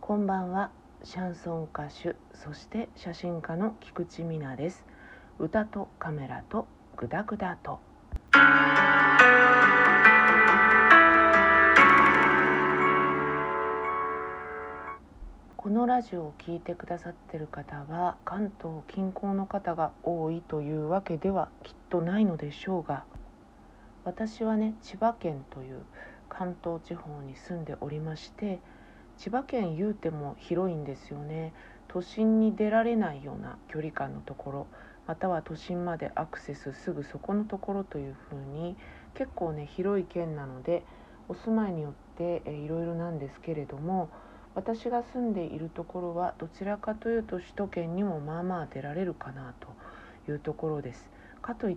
こんばんは。シャンソン歌手、そして写真家の菊池美奈です。歌とカメラとグダグダと。このラジオを聞いてくださっている方は関東近郊の方が多いというわけではきっとないのでしょうが、私はね、千葉県という関東地方に住んでおりまして、千葉県言うても広いんですよね。都心に出られないような距離感のところ、または都心までアクセスすぐそこのところというふうに結構ね広い県なので、お住まいによっていろいろなんですけれども、私が住んでいるところはどちらかというと首都圏にもまあまあ出られるかなというところです。かといって、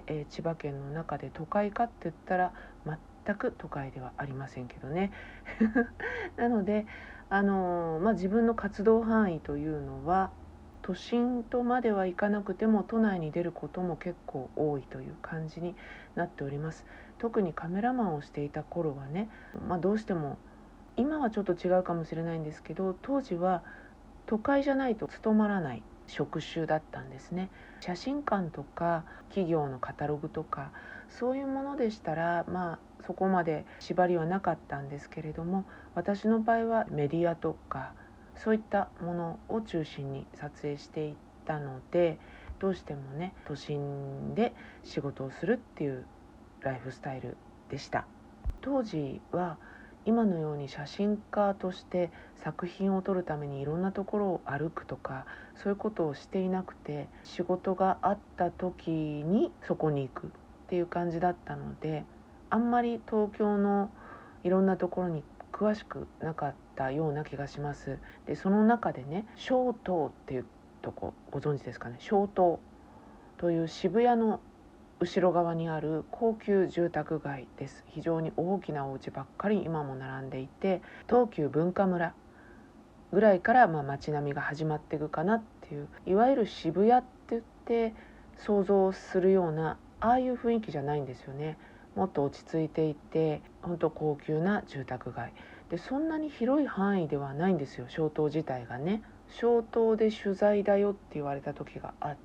千葉県の中で都会かって言ったら全く都会ではありませんけどねなので自分の活動範囲というのは都心とまではいかなくても都内に出ることも結構多いという感じになっております。特にカメラマンをしていた頃はね、どうしても今はちょっと違うかもしれないんですけど、当時は都会じゃないと務まらない職種だったんですね。写真館とか企業のカタログとかそういうものでしたらそこまで縛りはなかったんですけれども、私の場合はメディアとかそういったものを中心に撮影していったので、どうしてもね都心で仕事をするっていうライフスタイルでした。当時は今のように写真家として作品を撮るためにいろんなところを歩くとかそういうことをしていなくて、仕事があった時にそこに行くっていう感じだったので、あんまり東京のいろんなところに詳しくなかったような気がします。でその中でね、松濤っていうとこご存知ですかね。松濤という渋谷の後ろ側にある高級住宅街です。非常に大きなお家ばっかり今も並んでいて、東急文化村ぐらいから街並みが始まっていくかなっていう、いわゆる渋谷って言って想像するようなああいう雰囲気じゃないんですよね。もっと落ち着いていて本当高級な住宅街で、そんなに広い範囲ではないんですよ、松濤自体がね。松濤で取材だよって言われた時があって、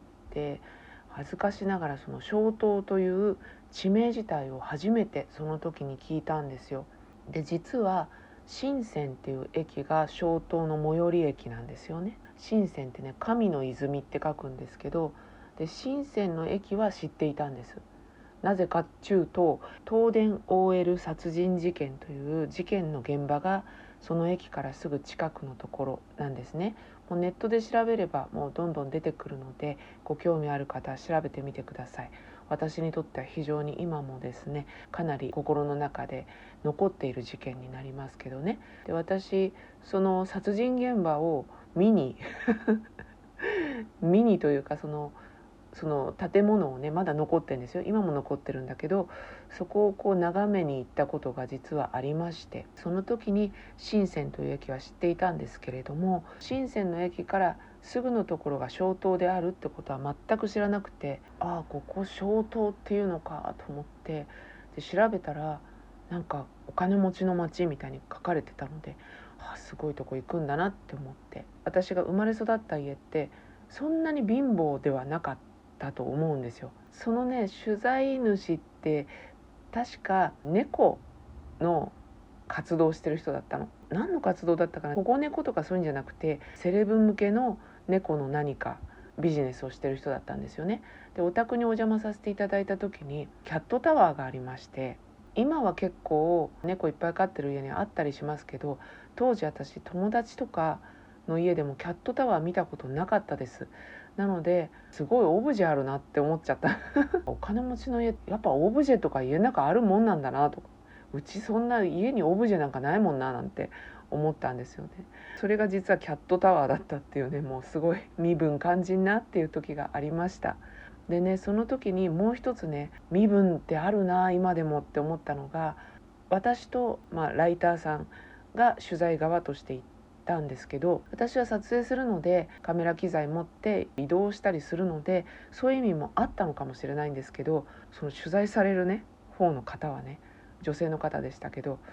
恥ずかしながらその松濤という地名自体を初めてその時に聞いたんですよ。で実は深センっていう駅が松濤の最寄り駅なんですよね。深センってね、神の泉って書くんですけど、で深センの駅は知っていたんです。なぜかっていうと、東電 OL 殺人事件という事件の現場がその駅からすぐ近くのところなんですね。もうネットで調べればもうどんどん出てくるので、ご興味ある方は調べてみてください。私にとっては非常に今もですね、かなり心の中で残っている事件になりますけどね。で私その殺人現場を見に見にというかその建物をねまだ残ってるんですよ。今も残ってるんだけど、そこをこう眺めに行ったことが実はありまして、その時に深センという駅は知っていたんですけれども、深センの駅からすぐのところが松濤であるってことは全く知らなくて、ああここ松濤っていうのかと思って、で調べたらなんかお金持ちの町みたいに書かれてたので、すごいとこ行くんだなって思って、私が生まれ育った家ってそんなに貧乏ではなかったと思うんですよ。そのね取材主って確か猫の活動してる人だったの。何の活動だったかな、保護猫とかそういうんじゃなくてセレブ向けの猫の何かビジネスをしてる人だったんですよね。でお宅にお邪魔させていただいた時にキャットタワーがありまして、今は結構猫いっぱい飼ってる家にあったりしますけど、当時私友達とかの家でもキャットタワー見たことなかったです。なのですごいオブジェあるなって思っちゃったお金持ちの家やっぱオブジェとか家の中あるもんなんだなとか、うちそんな家にオブジェなんかないもんななんて思ったんですよね。それが実はキャットタワーだったっていうね、もうすごい身分肝心なっていう時がありました。でね、その時にもう一つね、身分ってあるな今でもって思ったのが、私と、ライターさんが取材側として行ったんですけど、私は撮影するのでカメラ機材持って移動したりするのでそういう意味もあったのかもしれないんですけど、その取材されるね方の方はね女性の方でしたけど、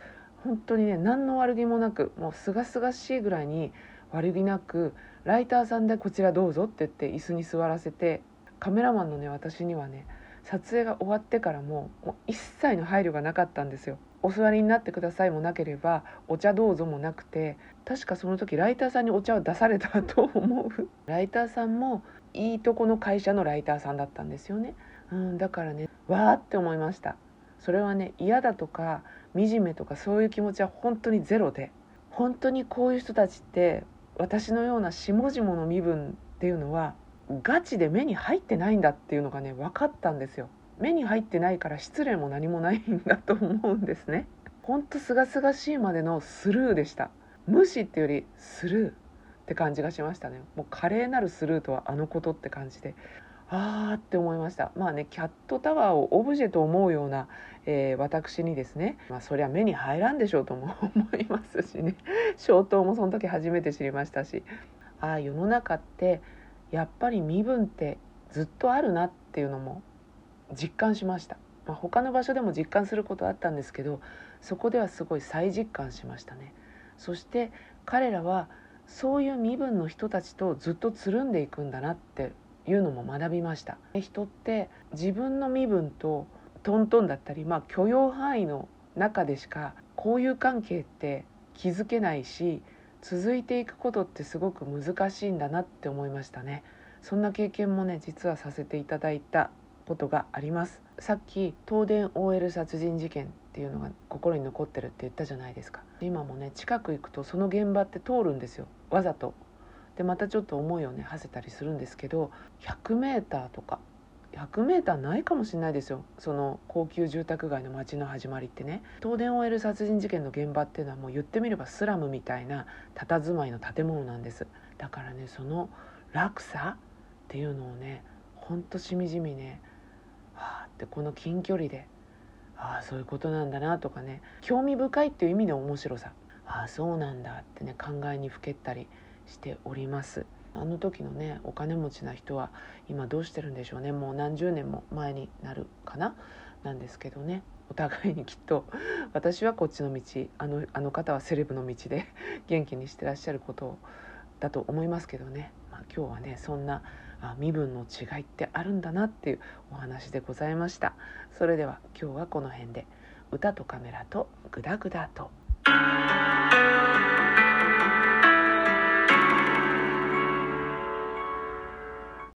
本当にね、何の悪気もなく、もうすがすがしいぐらいに悪気なく、ライターさんでこちらどうぞって言って椅子に座らせて、カメラマンのね私にはね、撮影が終わってからもう一切の配慮がなかったんですよ。お座りになってくださいもなければ、お茶どうぞもなくて、確かその時ライターさんにお茶を出されたと思う。ライターさんもいいとこの会社のライターさんだったんですよね。だからね、わーって思いました。それはね、嫌だとか惨めとかそういう気持ちは本当にゼロで、本当にこういう人たちって私のような下々の身分っていうのはガチで目に入ってないんだっていうのがね分かったんですよ。目に入ってないから失礼も何もないんだと思うんですね。ほんとすがすがしいまでのスルーでした。無視っていうよりスルーって感じがしましたね。もう華麗なるスルーとはあのことって感じで、あーって思いました。まあね、キャットタワーをオブジェと思うような、私にですね、そりゃ目に入らんでしょうとも思いますしね。消灯もその時初めて知りましたし、世の中ってやっぱり身分ってずっとあるなっていうのも実感しました。他の場所でも実感することあったんですけど、そこではすごい再実感しましたね。そして彼らはそういう身分の人たちとずっとつるんでいくんだなっていうのも学びました。人って自分の身分とトントンだったり、許容範囲の中でしか交友関係って築けないし、続いていくことってすごく難しいんだなって思いましたね。そんな経験もね実はさせていただいたことがあります。さっき東電 OL 殺人事件っていうのが心に残ってるって言ったじゃないですか。今もね近く行くとその現場って通るんですよ、わざと。でまたちょっと思いをね馳せたりするんですけど、100mとか100mないかもしれないですよ、その高級住宅街の街の始まりってね。東電 OL 殺人事件の現場っていうのはもう言ってみればスラムみたいな佇まいの建物なんです。だからね、その落差っていうのをねほんとしみじみね、ってこの近距離でそういうことなんだなとかね、興味深いっていう意味の面白さ、そうなんだってね考えにふけったりしております。あの時のねお金持ちな人は今どうしてるんでしょうね。もう何十年も前になるかななんですけどね、お互いにきっと私はこっちの道、あの方はセレブの道で元気にしてらっしゃることだと思いますけどね。今日はねそんな身分の違いってあるんだなっていうお話でございました。それでは今日はこの辺で。歌とカメラとグダグダと。